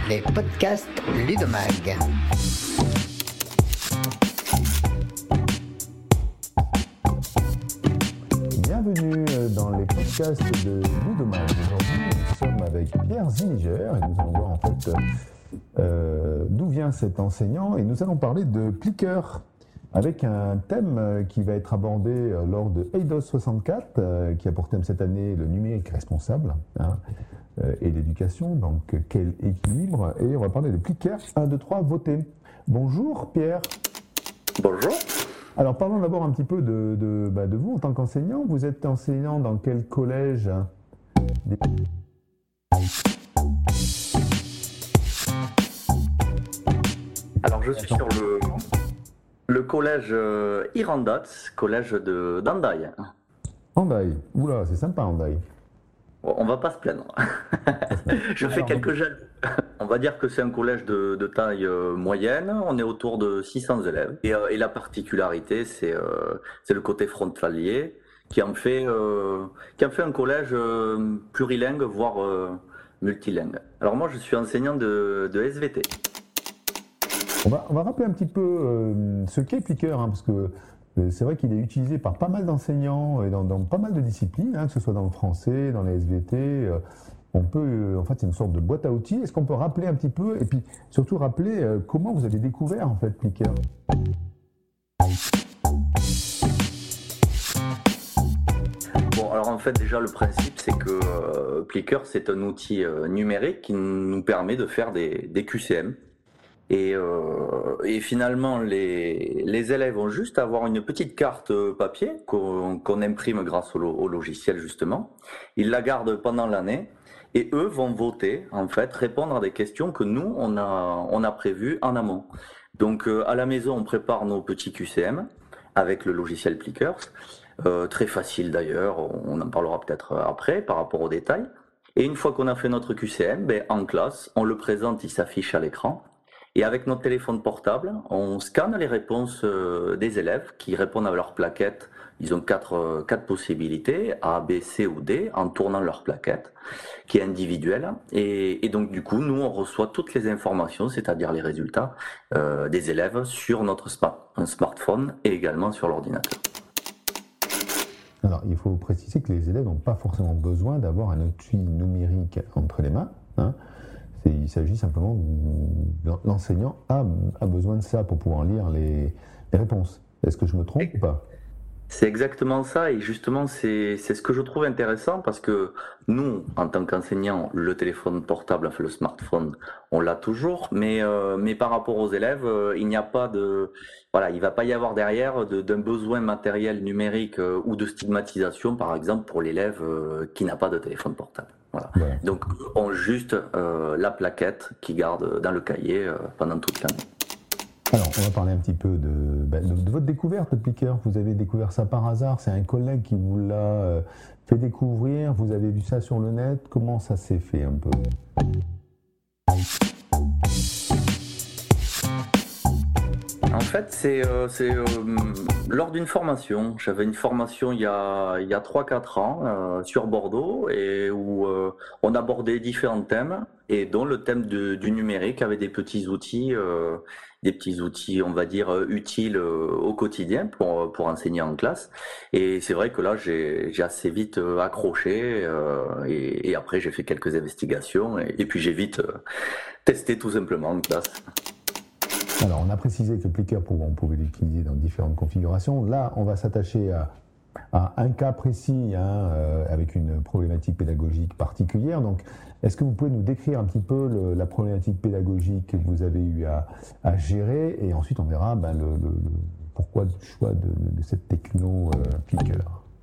les podcasts Ludomag. Bienvenue dans les podcasts de Ludomag. Aujourd'hui, nous sommes avec Pierre Zilliger et nous allons voir en fait d'où vient cet enseignant et nous allons parler de Plickr avec un thème qui va être abordé lors de Eidos 64 qui a pour thème cette année le numérique responsable et l'éducation, donc quel équilibre, et on va parler de Plickr 1, 2, 3, voter. Bonjour Pierre. Bonjour. Alors parlons d'abord un petit peu de vous en tant qu'enseignant. Vous êtes enseignant dans quel collège ? Alors je suis sur le collège Irandats, collège d'Andaï. Andaï. Oula, c'est sympa Andaï. On va pas se plaindre. Je fais quelques jaloux. On va dire que c'est un collège de taille moyenne. On est autour de 600 élèves. Et la particularité, c'est le côté frontalier qui en fait un collège plurilingue, voire multilingue. Alors moi, je suis enseignant de SVT. On va rappeler un petit peu ce qu'est Plickr, parce que c'est vrai qu'il est utilisé par pas mal d'enseignants et dans pas mal de disciplines, que ce soit dans le français, dans les SVT. En fait, c'est une sorte de boîte à outils. Est-ce qu'on peut rappeler un petit peu, et puis surtout rappeler comment vous avez découvert en fait Plickr ? Bon, alors en fait, déjà, le principe, c'est que Plickr, c'est un outil numérique qui nous permet de faire des QCM. Et finalement, les élèves vont juste avoir une petite carte papier qu'on imprime grâce au logiciel, justement. Ils la gardent pendant l'année et eux vont voter, en fait, répondre à des questions que nous, on a prévues en amont. Donc, à la maison, on prépare nos petits QCM avec le logiciel Plickr. Très facile d'ailleurs, on en parlera peut-être après par rapport aux détails. Et une fois qu'on a fait notre QCM, en classe, on le présente, il s'affiche à l'écran. Et avec notre téléphone portable, on scanne les réponses des élèves qui répondent à leur plaquette. Ils ont quatre possibilités, A, B, C ou D, en tournant leur plaquette, qui est individuelle. Et donc du coup, nous, on reçoit toutes les informations, c'est-à-dire les résultats des élèves sur notre smartphone et également sur l'ordinateur. Alors, il faut préciser que les élèves n'ont pas forcément besoin d'avoir un outil numérique entre les mains. Il s'agit simplement, l'enseignant a besoin de ça pour pouvoir lire les réponses. Est-ce que je me trompe ou pas ? C'est exactement ça, et justement c'est ce que je trouve intéressant, parce que nous, en tant qu'enseignants, le téléphone portable, enfin le smartphone, on l'a toujours, mais par rapport aux élèves, il n'y a pas il va pas y avoir derrière d'un besoin matériel numérique ou de stigmatisation, par exemple, pour l'élève qui n'a pas de téléphone portable. Voilà. Ouais. Donc on juste la plaquette qui garde dans le cahier pendant toute l'année. Alors, on va parler un petit peu de votre découverte de Plickr. Vous avez découvert ça par hasard? C'est un collègue qui vous l'a fait découvrir? Vous avez vu ça sur le net? Comment ça s'est fait un peu? En fait, c'est lors d'une formation. J'avais une formation il y a 3-4 ans sur Bordeaux, et où on abordait différents thèmes, et dont le thème du numérique avait des petits outils, on va dire, utiles au quotidien pour enseigner en classe. Et c'est vrai que là, j'ai assez vite accroché, et après j'ai fait quelques investigations, et puis j'ai vite testé tout simplement en classe. Alors, on a précisé que Plickr, on pouvait l'utiliser dans différentes configurations. Là, on va s'attacher à un cas précis, avec une problématique pédagogique particulière. Donc, est-ce que vous pouvez nous décrire un petit peu la problématique pédagogique que vous avez eu à gérer, et ensuite on verra pourquoi le choix de cette techno Plickr.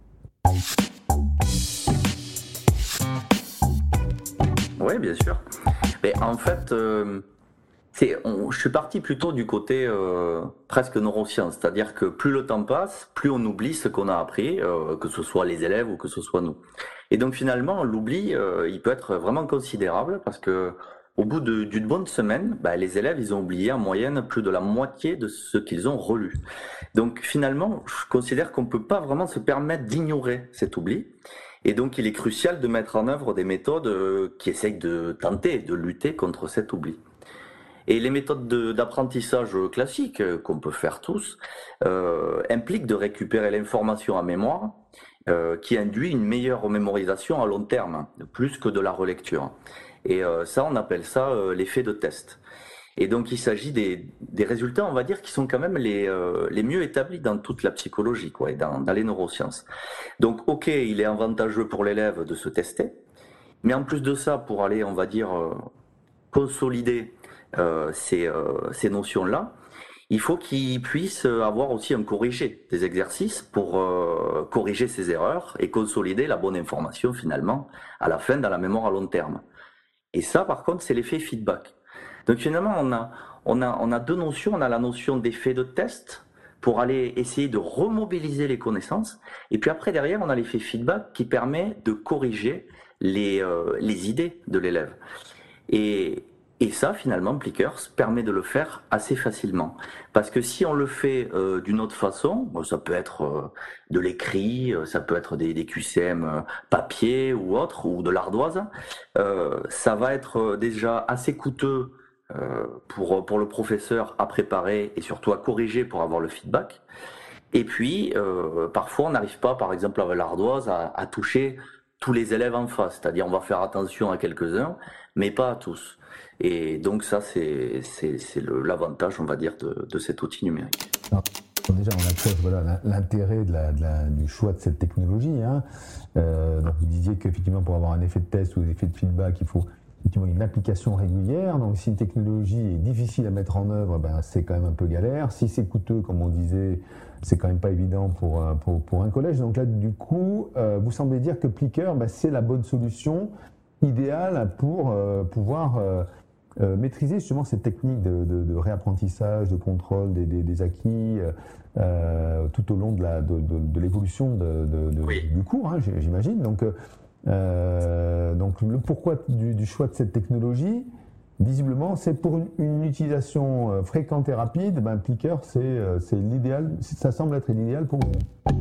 Oui, bien sûr. Mais en fait, je suis parti plutôt du côté presque neurosciences, c'est-à-dire que plus le temps passe, plus on oublie ce qu'on a appris, que ce soit les élèves ou que ce soit nous. Et donc finalement, l'oubli, il peut être vraiment considérable, parce que au bout d'une bonne semaine, les élèves, ils ont oublié en moyenne plus de la moitié de ce qu'ils ont relu. Donc finalement, je considère qu'on ne peut pas vraiment se permettre d'ignorer cet oubli. Et donc, il est crucial de mettre en œuvre des méthodes qui essayent de tenter de lutter contre cet oubli. Et les méthodes d'apprentissage classiques qu'on peut faire tous impliquent de récupérer l'information en mémoire qui induit une meilleure mémorisation à long terme, plus que de la relecture. Et ça, on appelle ça l'effet de test. Et donc, il s'agit des résultats, on va dire, qui sont quand même les mieux établis dans toute la psychologie, quoi, et dans les neurosciences. Donc, ok, il est avantageux pour l'élève de se tester, mais en plus de ça, pour aller, on va dire, consolider ces notions-là, il faut qu'il puisse avoir aussi un corrigé des exercices pour corriger ses erreurs et consolider la bonne information finalement à la fin dans la mémoire à long terme. Et ça, par contre, c'est l'effet feedback. Donc finalement, on a deux notions. On a la notion d'effet de test pour aller essayer de remobiliser les connaissances. Et puis après, derrière, on a l'effet feedback qui permet de corriger les idées de l'élève. Et ça, finalement, Plickers permet de le faire assez facilement. Parce que si on le fait d'une autre façon, ça peut être de l'écrit, ça peut être des QCM papier ou autre, ou de l'ardoise, ça va être déjà assez coûteux pour le professeur à préparer et surtout à corriger pour avoir le feedback. Et puis, parfois, on n'arrive pas, par exemple, avec l'ardoise, à toucher tous les élèves en face. C'est-à-dire, on va faire attention à quelques-uns, mais pas à tous. Et donc ça, c'est l'avantage, on va dire, de cet outil numérique. Alors, déjà, on accroche l'intérêt du choix de cette technologie. Hein. Donc vous disiez qu'effectivement, pour avoir un effet de test ou un effet de feedback, il faut effectivement une application régulière. Donc si une technologie est difficile à mettre en œuvre, c'est quand même un peu galère. Si c'est coûteux, comme on disait, c'est quand même pas évident pour un collège. Donc là, du coup, vous semblez dire que Plicker, c'est la bonne solution idéale pour pouvoir maîtriser justement cette technique de réapprentissage, de contrôle des acquis tout au long de l'évolution du cours, hein, j'imagine. Donc le pourquoi du choix de cette technologie, visiblement, c'est pour une utilisation fréquente et rapide. Plicker, c'est l'idéal, ça semble être l'idéal pour vous.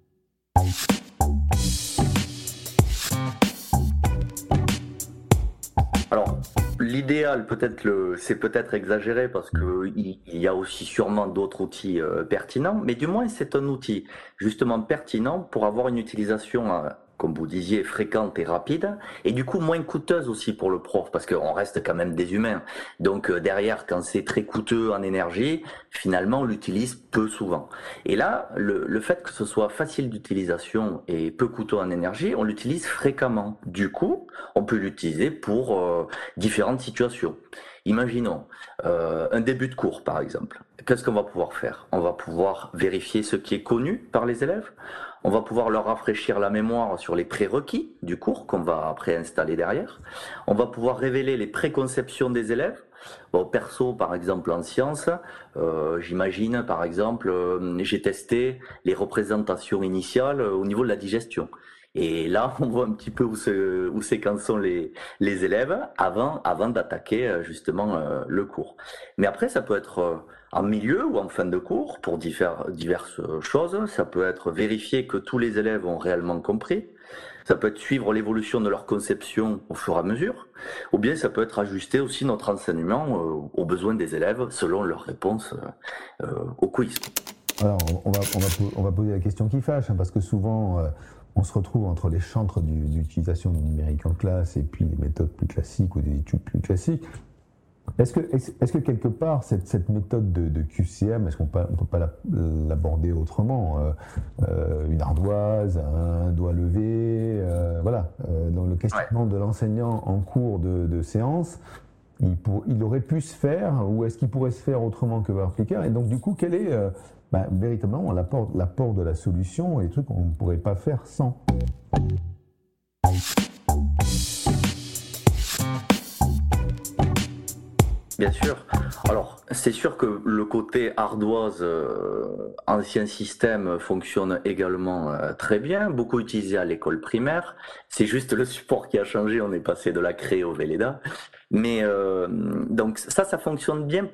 Alors, l'idéal, c'est peut-être exagéré parce qu'il y a aussi sûrement d'autres outils pertinents, mais du moins c'est un outil justement pertinent pour avoir une utilisation, comme vous disiez, fréquente et rapide, et du coup moins coûteuse aussi pour le prof, parce qu'on reste quand même des humains. Donc derrière, quand c'est très coûteux en énergie, finalement on l'utilise peu souvent. Et là, le fait que ce soit facile d'utilisation et peu coûteux en énergie, on l'utilise fréquemment. Du coup, on peut l'utiliser pour différentes situations. Imaginons un début de cours, par exemple. Qu'est-ce qu'on va pouvoir faire? On va pouvoir vérifier ce qui est connu par les élèves. On va pouvoir leur rafraîchir la mémoire sur les prérequis du cours qu'on va après installer derrière. On va pouvoir révéler les préconceptions des élèves. Bon, perso, par exemple, en sciences, j'imagine, par exemple, j'ai testé les représentations initiales au niveau de la digestion. Et là, on voit un petit peu où qu'en sont les élèves avant d'attaquer justement le cours. Mais après, ça peut être en milieu ou en fin de cours pour diverses choses. Ça peut être vérifier que tous les élèves ont réellement compris. Ça peut être suivre l'évolution de leur conception au fur et à mesure. Ou bien ça peut être ajuster aussi notre enseignement aux besoins des élèves selon leurs réponses au quiz. Alors, on va poser la question qui fâche, parce que souvent, on se retrouve entre les chantres d'utilisation du numérique en classe et puis les méthodes plus classiques ou des études plus classiques. Est-ce que quelque part, cette méthode de QCM, est-ce qu'on peut pas l'aborder autrement? Une ardoise, un doigt levé, dans le questionnement de l'enseignant en cours de séance, il aurait pu se faire, ou est-ce qu'il pourrait se faire autrement que par Plicker? Et donc, du coup, quel est véritablement l'apport de la solution et les trucs qu'on ne pourrait pas faire sans? Bien sûr. Alors, c'est sûr que le côté ardoise, ancien système, fonctionne également très bien, beaucoup utilisé à l'école primaire. C'est juste le support qui a changé, on est passé de la craie au Velleda. Mais donc ça fonctionne bien pour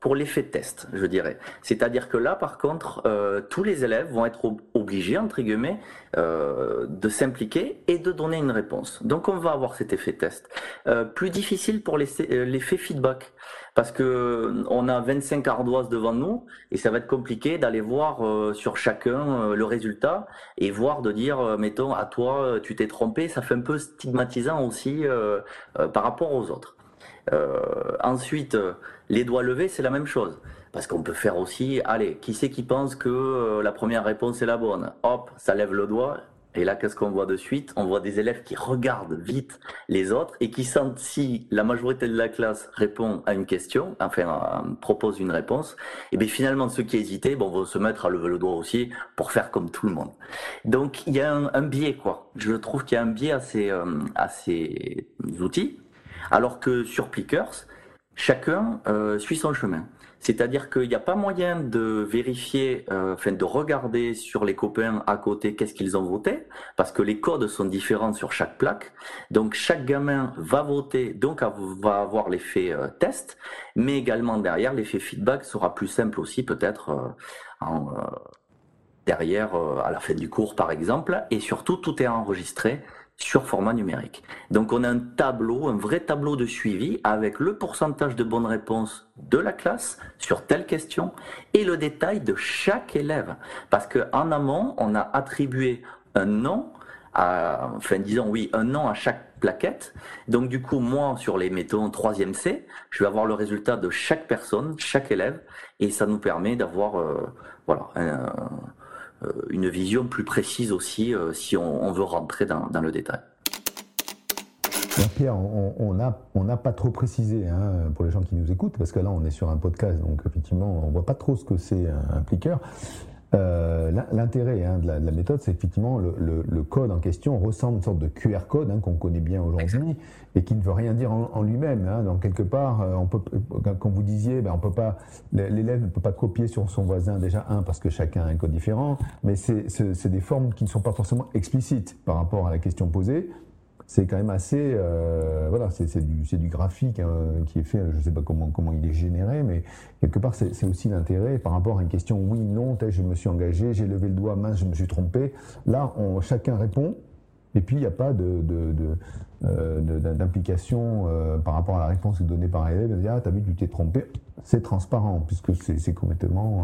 pour l'effet test, je dirais. C'est-à-dire que là, par contre, tous les élèves vont être obligés, entre guillemets, de s'impliquer et de donner une réponse. Donc, on va avoir cet effet test. Plus difficile pour l'effet feedback, parce que on a 25 ardoises devant nous et ça va être compliqué d'aller voir sur chacun le résultat et voir de dire, mettons, à toi, tu t'es trompé. Ça fait un peu stigmatisant aussi par rapport aux autres. Ensuite, les doigts levés, c'est la même chose. Parce qu'on peut faire aussi, allez, qui c'est qui pense que la première réponse est la bonne? Hop, ça lève le doigt. Et là, qu'est-ce qu'on voit de suite? On voit des élèves qui regardent vite les autres et qui sentent si la majorité de la classe répond à une question, enfin propose une réponse. Et bien finalement, ceux qui hésitaient, bon, vont se mettre à lever le doigt aussi pour faire comme tout le monde. Donc il y a un biais, quoi. Je trouve qu'il y a un biais à ces outils. Alors que sur Plickers, chacun suit son chemin. C'est-à-dire qu'il n'y a pas moyen de vérifier, enfin de regarder sur les copains à côté qu'est-ce qu'ils ont voté, parce que les codes sont différents sur chaque plaque. Donc chaque gamin va voter, donc va avoir l'effet test, mais également derrière l'effet feedback sera plus simple aussi peut-être derrière à la fin du cours par exemple. Et surtout tout est enregistré sur format numérique. Donc on a un tableau, un vrai tableau de suivi avec le pourcentage de bonnes réponses de la classe sur telle question et le détail de chaque élève. Parce qu'en amont, on a attribué un nom, un nom à chaque plaquette. Donc du coup, moi, sur les, mettons, 3e C, je vais avoir le résultat de chaque personne, chaque élève, et ça nous permet d'avoir une vision plus précise aussi si on veut rentrer dans le détail. Alors Pierre, on n'a pas trop précisé pour les gens qui nous écoutent, parce que là on est sur un podcast, donc effectivement on ne voit pas trop ce que c'est un pliqueur. L'intérêt de la méthode, c'est effectivement le code en question ressemble à une sorte de QR code qu'on connaît bien aujourd'hui et qui ne veut rien dire en lui-même. Donc quelque part, quand vous disiez, on peut pas, l'élève ne peut pas copier sur son voisin déjà parce que chacun a un code différent, mais c'est des formes qui ne sont pas forcément explicites par rapport à la question posée. C'est quand même assez, c'est du graphique qui est fait, je ne sais pas comment il est généré, mais quelque part c'est aussi l'intérêt par rapport à une question oui, non, je me suis engagé, j'ai levé le doigt, mince, je me suis trompé. Là, chacun répond, et puis il n'y a pas d'implication par rapport à la réponse donnée par l'élève. Il dit, t'as vu, tu t'es trompé. C'est transparent, puisque c'est complètement...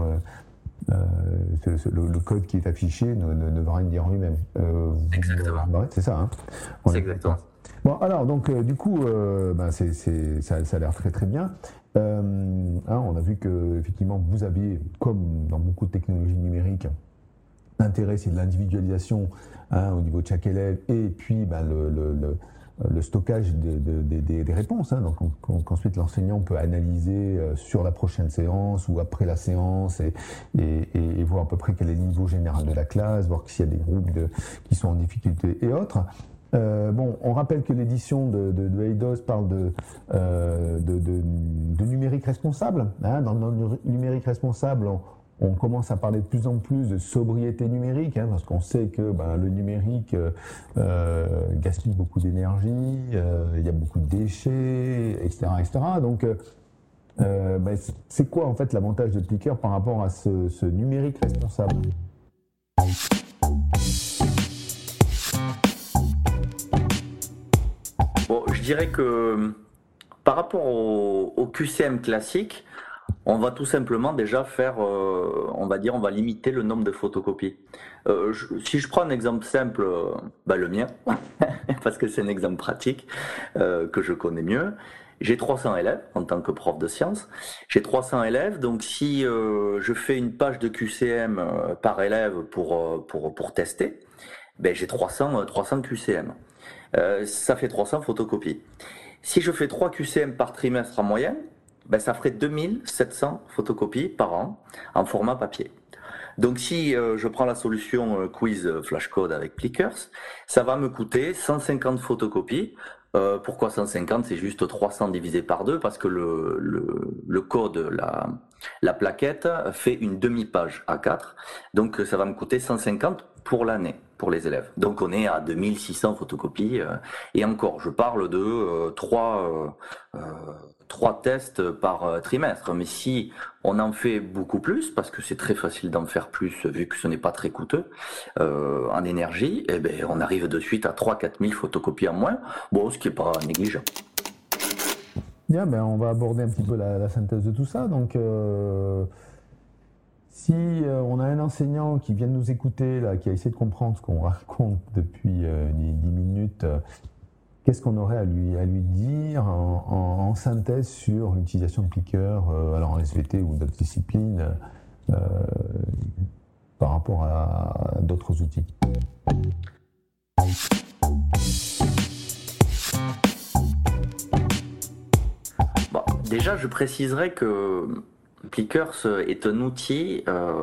le code qui est affiché ne veut rien dire lui-même. Exactement. C'est ça. C'est exactement. Bon, alors, donc, du coup, ça a l'air très très bien. On a vu que, effectivement, vous aviez, comme dans beaucoup de technologies numériques, l'intérêt, c'est de l'individualisation au niveau de chaque élève, et puis le stockage des réponses. Donc ensuite l'enseignant peut analyser sur la prochaine séance ou après la séance et voir à peu près quel est le niveau général de la classe, voir s'il y a des groupes qui sont en difficulté et autres. On rappelle que l'édition de Eidos parle de numérique responsable. Dans le numérique responsable, on commence à parler de plus en plus de sobriété numérique, parce qu'on sait que le numérique gaspille beaucoup d'énergie, il y a beaucoup de déchets, etc. Donc, c'est quoi en fait l'avantage de Plickers par rapport à ce numérique responsable ? Bon, je dirais que par rapport au QCM classique, on va tout simplement déjà faire, on va limiter le nombre de photocopies. Si je prends un exemple simple, le mien, parce que c'est un exemple pratique que je connais mieux, j'ai 300 élèves en tant que prof de sciences. J'ai 300 élèves, donc si je fais une page de QCM par élève pour tester, j'ai 300 QCM. Ça fait 300 photocopies. Si je fais 3 QCM par trimestre en moyenne, ça ferait 2700 photocopies par an en format papier. Donc si je prends la solution quiz flashcode avec Plickers, ça va me coûter 150 photocopies. Pourquoi 150? C'est juste 300 divisé par 2 parce que le code, la plaquette fait une demi-page A4. Donc ça va me coûter 150 pour l'année pour les élèves. Donc on est à 2600 photocopies et encore, je parle de trois tests par trimestre. Mais si on en fait beaucoup plus, parce que c'est très facile d'en faire plus vu que ce n'est pas très coûteux en énergie, eh ben, on arrive de suite à 3-4 000 photocopies en moins, bon, ce qui n'est pas négligeable. Bien, ben, on va aborder un petit peu la synthèse de tout ça. Donc, si on a un enseignant qui vient de nous écouter, là, qui a essayé de comprendre ce qu'on raconte depuis 10 minutes, qu'est-ce qu'on aurait à lui dire en synthèse sur l'utilisation de Plickr, alors en SVT ou d'autres disciplines, par rapport à d'autres outils? Bon, déjà, je préciserai que Plickr est un outil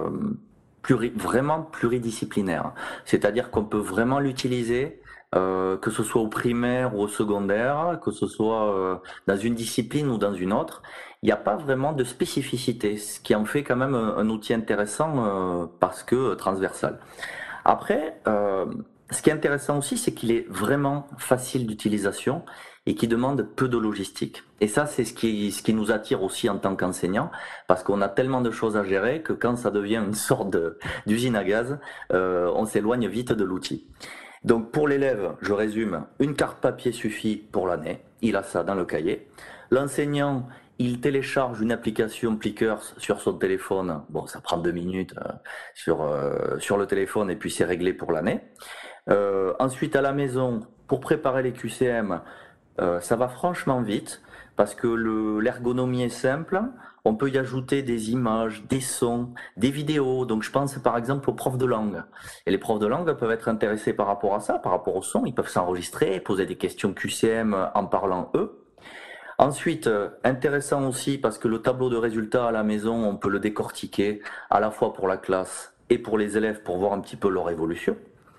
vraiment pluridisciplinaire. C'est-à-dire qu'on peut vraiment l'utiliser, que ce soit au primaire ou au secondaire, que ce soit dans une discipline ou dans une autre. Il n'y a pas vraiment de spécificité, ce qui en fait quand même un outil intéressant parce que transversal. Après, ce qui est intéressant aussi, c'est qu'il est vraiment facile d'utilisation et qui demande peu de logistique. Et ça, c'est ce qui nous attire aussi en tant qu'enseignant, parce qu'on a tellement de choses à gérer que quand ça devient une sorte d'usine à gaz, on s'éloigne vite de l'outil. Donc pour l'élève, je résume, une carte papier suffit pour l'année, il a ça dans le cahier. L'enseignant, il télécharge une application Plickr sur son téléphone, bon ça prend 2 minutes sur le téléphone et puis c'est réglé pour l'année. Ensuite à la maison, pour préparer les QCM, ça va franchement vite parce que l'ergonomie est simple. On peut y ajouter des images, des sons, des vidéos. Donc je pense par exemple aux profs de langue. Et les profs de langue peuvent être intéressés par rapport à ça, par rapport au son. Ils peuvent s'enregistrer, poser des questions QCM en parlant eux. Ensuite, intéressant aussi parce que le tableau de résultats à la maison, on peut le décortiquer à la fois pour la classe et pour les élèves pour voir un petit peu leur évolution.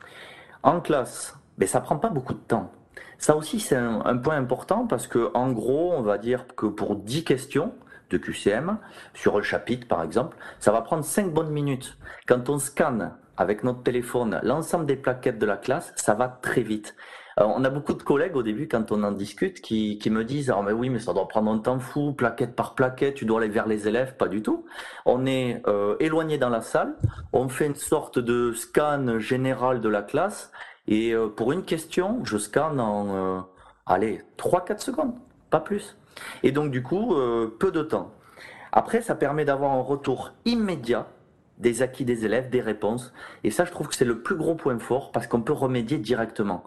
En classe, ben, ça prend pas beaucoup de temps. Ça aussi, c'est un point important parce que, en gros, on va dire que pour 10 questions de QCM, sur un chapitre par exemple, ça va prendre 5 bonnes minutes. Quand on scanne avec notre téléphone l'ensemble des plaquettes de la classe, ça va très vite. On a beaucoup de collègues au début, quand on en discute, qui me disent « Ah mais oui, mais ça doit prendre un temps fou, plaquette par plaquette, tu dois aller vers les élèves. » Pas du tout. On est éloigné dans la salle, on fait une sorte de scan général de la classe et pour une question, je scanne en 3-4 secondes, pas plus. Et donc du coup, peu de temps. Après, ça permet d'avoir un retour immédiat des acquis des élèves, des réponses. Et ça, je trouve que c'est le plus gros point fort parce qu'on peut remédier directement.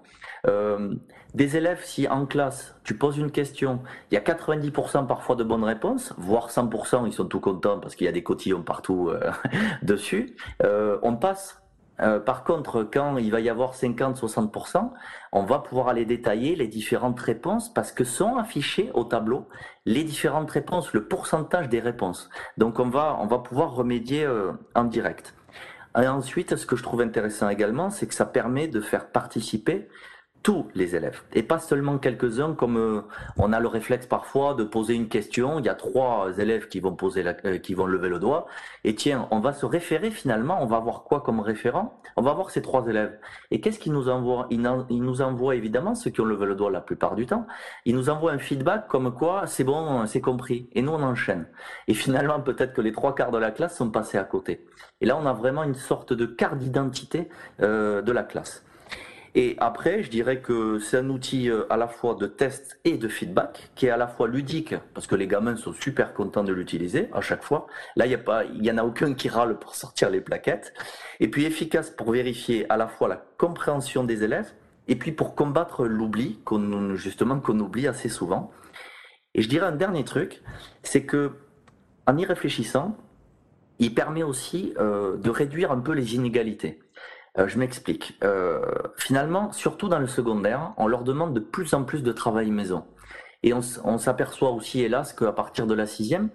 Des élèves, si en classe, tu poses une question, il y a 90% parfois de bonnes réponses, voire 100%, ils sont tout contents parce qu'il y a des cotillons partout dessus, on passe. Par contre, quand il va y avoir 50-60%, on va pouvoir aller détailler les différentes réponses parce que sont affichées au tableau les différentes réponses, le pourcentage des réponses. Donc on va pouvoir remédier en direct. Et ensuite, ce que je trouve intéressant également, c'est que ça permet de faire participer tous les élèves et pas seulement quelques-uns comme on a le réflexe parfois de poser une question, il y a 3 élèves qui vont qui vont lever le doigt et tiens, on va se référer finalement, on va voir quoi comme référent? On va voir ces 3 élèves. Et qu'est-ce qu'ils nous envoient? Ils nous envoient évidemment, ceux qui ont levé le doigt la plupart du temps, ils nous envoient un feedback comme quoi c'est bon, c'est compris. Et nous on enchaîne. Et finalement peut-être que les 3/4 de la classe sont passés à côté. Et là on a vraiment une sorte de carte d'identité de la classe. Et après, je dirais que c'est un outil à la fois de test et de feedback, qui est à la fois ludique, parce que les gamins sont super contents de l'utiliser à chaque fois. Là, il y en a aucun qui râle pour sortir les plaquettes. Et puis efficace pour vérifier à la fois la compréhension des élèves, et puis pour combattre l'oubli, qu'on oublie assez souvent. Et je dirais un dernier truc, c'est que en y réfléchissant, il permet aussi de réduire un peu les inégalités. Je m'explique. Finalement, surtout dans le secondaire, on leur demande de plus en plus de travail maison. Et on s'aperçoit aussi, hélas, qu'à partir de la 6e,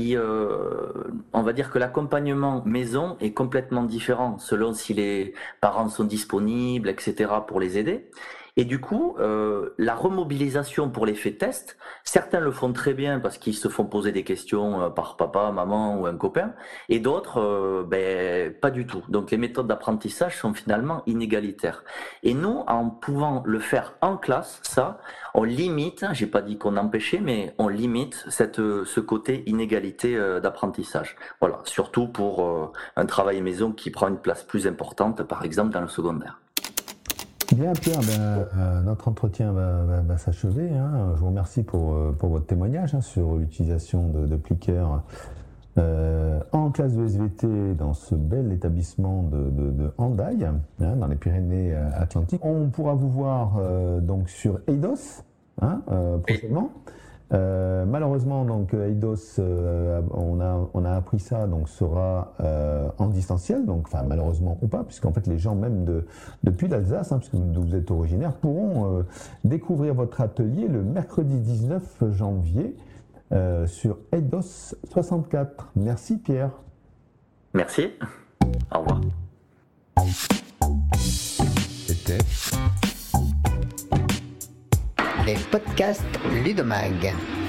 on va dire que l'accompagnement maison est complètement différent selon si les parents sont disponibles, etc., pour les aider. Et du coup, la remobilisation pour l'effet test, certains le font très bien parce qu'ils se font poser des questions par papa, maman ou un copain, et d'autres, pas du tout. Donc les méthodes d'apprentissage sont finalement inégalitaires. Et nous, en pouvant le faire en classe, ça, on limite, j'ai pas dit qu'on empêchait, mais on limite ce côté inégalité d'apprentissage. Voilà, surtout pour un travail maison qui prend une place plus importante, par exemple dans le secondaire. Bien Pierre, notre entretien va s'achever. Hein. Je vous remercie pour votre témoignage sur l'utilisation de Plicker en classe de SVT dans ce bel établissement de Hendaye, dans les Pyrénées-Atlantiques. On pourra vous voir donc sur Eidos prochainement. Malheureusement, donc Eidos, on a appris ça, donc sera en distanciel, donc enfin malheureusement ou pas, puisqu'en fait les gens même depuis l'Alsace, puisque vous êtes originaire, pourront découvrir votre atelier le mercredi 19 janvier sur Eidos 64. Merci Pierre. Merci. Au revoir. C'était les podcasts Ludomag.